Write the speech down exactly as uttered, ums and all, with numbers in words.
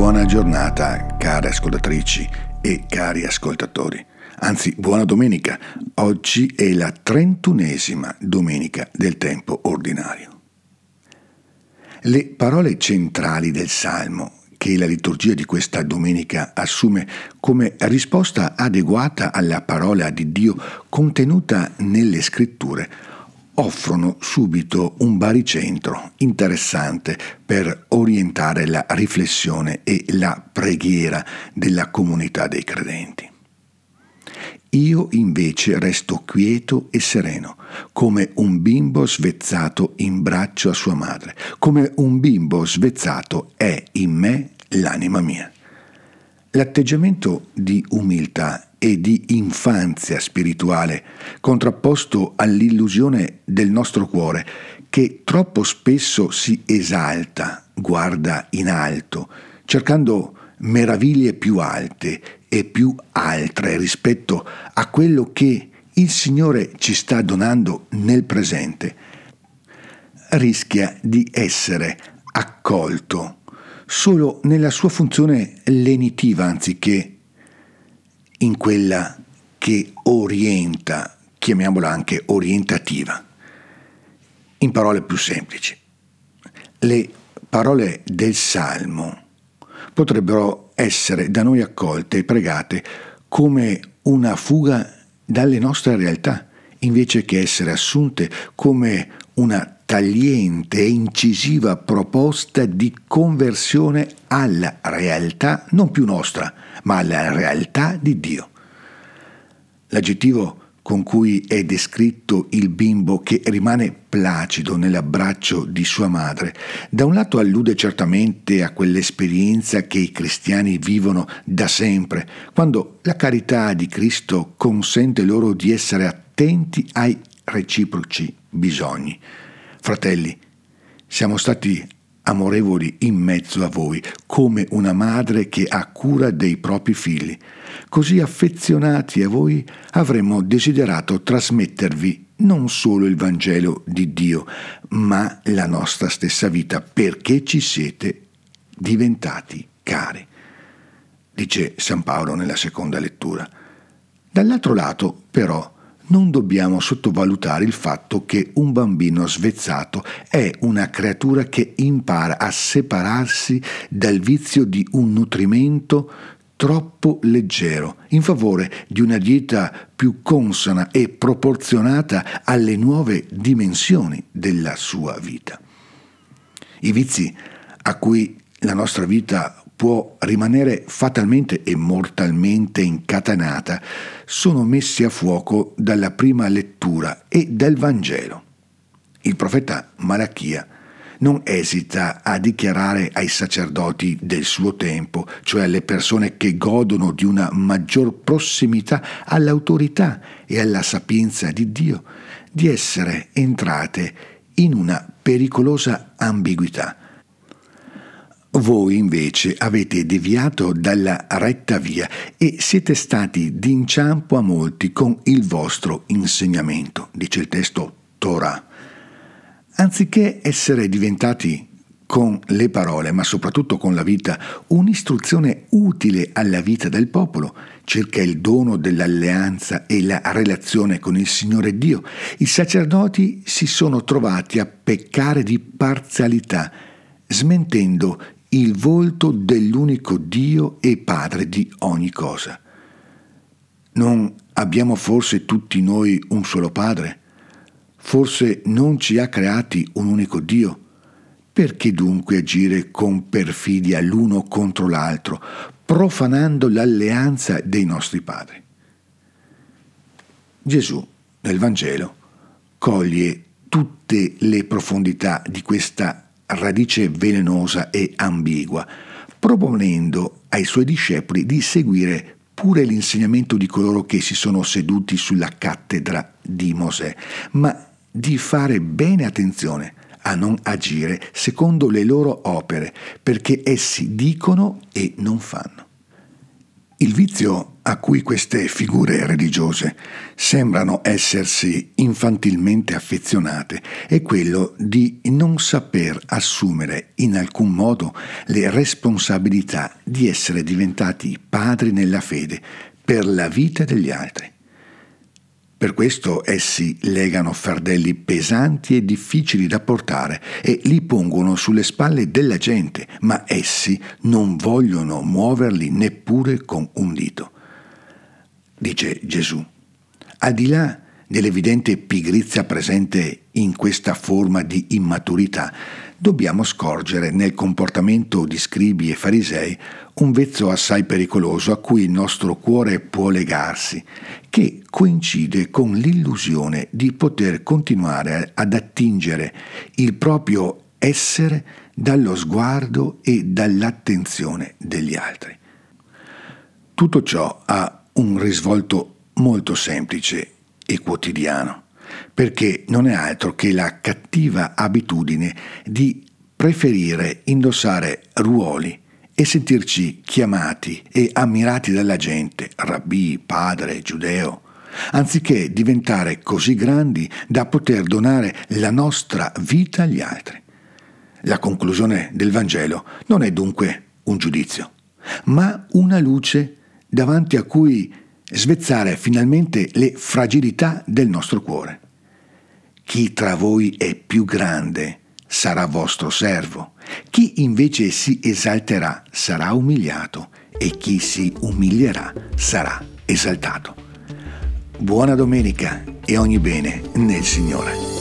Buona giornata, care ascoltatrici e cari ascoltatori. Anzi, buona domenica. Oggi è la trentunesima domenica del tempo ordinario. Le parole centrali del Salmo, che la liturgia di questa domenica assume come risposta adeguata alla parola di Dio contenuta nelle Scritture, offrono subito un baricentro interessante per orientare la riflessione e la preghiera della comunità dei credenti. Io invece resto quieto e sereno, come un bimbo svezzato in braccio a sua madre, come un bimbo svezzato è in me l'anima mia. L'atteggiamento di umiltà e di infanzia spirituale, contrapposto all'illusione del nostro cuore, che troppo spesso si esalta, guarda in alto, cercando meraviglie più alte e più altre rispetto a quello che il Signore ci sta donando nel presente, rischia di essere accolto solo nella sua funzione lenitiva anziché in quella che orienta, chiamiamola anche orientativa. In parole più semplici, le parole del Salmo potrebbero essere da noi accolte e pregate come una fuga dalle nostre realtà, invece che essere assunte come una tagliente e incisiva proposta di conversione alla realtà non più nostra, ma alla realtà di Dio. L'aggettivo con cui è descritto il bimbo che rimane placido nell'abbraccio di sua madre, da un lato allude certamente a quell'esperienza che i cristiani vivono da sempre, quando la carità di Cristo consente loro di essere attenti ai reciproci bisogni. Fratelli, siamo stati amorevoli in mezzo a voi, come una madre che ha cura dei propri figli. Così affezionati a voi avremmo desiderato trasmettervi non solo il Vangelo di Dio, ma la nostra stessa vita, perché ci siete diventati cari, dice San Paolo nella seconda lettura. Dall'altro lato, però, non dobbiamo sottovalutare il fatto che un bambino svezzato è una creatura che impara a separarsi dal vizio di un nutrimento troppo leggero in favore di una dieta più consona e proporzionata alle nuove dimensioni della sua vita. I vizi a cui la nostra vita può rimanere fatalmente e mortalmente incatenata sono messi a fuoco dalla prima lettura e dal Vangelo. Il profeta Malachia non esita a dichiarare ai sacerdoti del suo tempo, cioè alle persone che godono di una maggior prossimità all'autorità e alla sapienza di Dio, di essere entrate in una pericolosa ambiguità. Voi invece avete deviato dalla retta via e siete stati d'inciampo a molti con il vostro insegnamento, dice il testo Torah. Anziché essere diventati con le parole, ma soprattutto con la vita, un'istruzione utile alla vita del popolo, circa il dono dell'alleanza e la relazione con il Signore Dio, i sacerdoti si sono trovati a peccare di parzialità, smentendo il volto dell'unico Dio e Padre di ogni cosa. Non abbiamo forse tutti noi un solo Padre? Forse non ci ha creati un unico Dio? Perché dunque agire con perfidia l'uno contro l'altro, profanando l'alleanza dei nostri padri? Gesù, nel Vangelo, coglie tutte le profondità di questa radice velenosa e ambigua, proponendo ai suoi discepoli di seguire pure l'insegnamento di coloro che si sono seduti sulla cattedra di Mosè, ma di fare bene attenzione a non agire secondo le loro opere, perché essi dicono e non fanno. Il vizio a cui queste figure religiose sembrano essersi infantilmente affezionate è quello di non saper assumere in alcun modo le responsabilità di essere diventati padri nella fede per la vita degli altri. Per questo essi legano fardelli pesanti e difficili da portare e li pongono sulle spalle della gente, ma essi non vogliono muoverli neppure con un dito. Dice Gesù, al di là dell'evidente pigrizia presente in questa forma di immaturità, dobbiamo scorgere nel comportamento di scribi e farisei un vezzo assai pericoloso a cui il nostro cuore può legarsi, che coincide con l'illusione di poter continuare ad attingere il proprio essere dallo sguardo e dall'attenzione degli altri. Tutto ciò ha un risvolto molto semplice e quotidiano, perché non è altro che la cattiva abitudine di preferire indossare ruoli e sentirci chiamati e ammirati dalla gente, rabbì, padre, giudeo, anziché diventare così grandi da poter donare la nostra vita agli altri. La conclusione del Vangelo non è dunque un giudizio, ma una luce davanti a cui svezzare finalmente le fragilità del nostro cuore. Chi tra voi è più grande sarà vostro servo, chi invece si esalterà sarà umiliato e chi si umilierà sarà esaltato. Buona domenica e ogni bene nel Signore.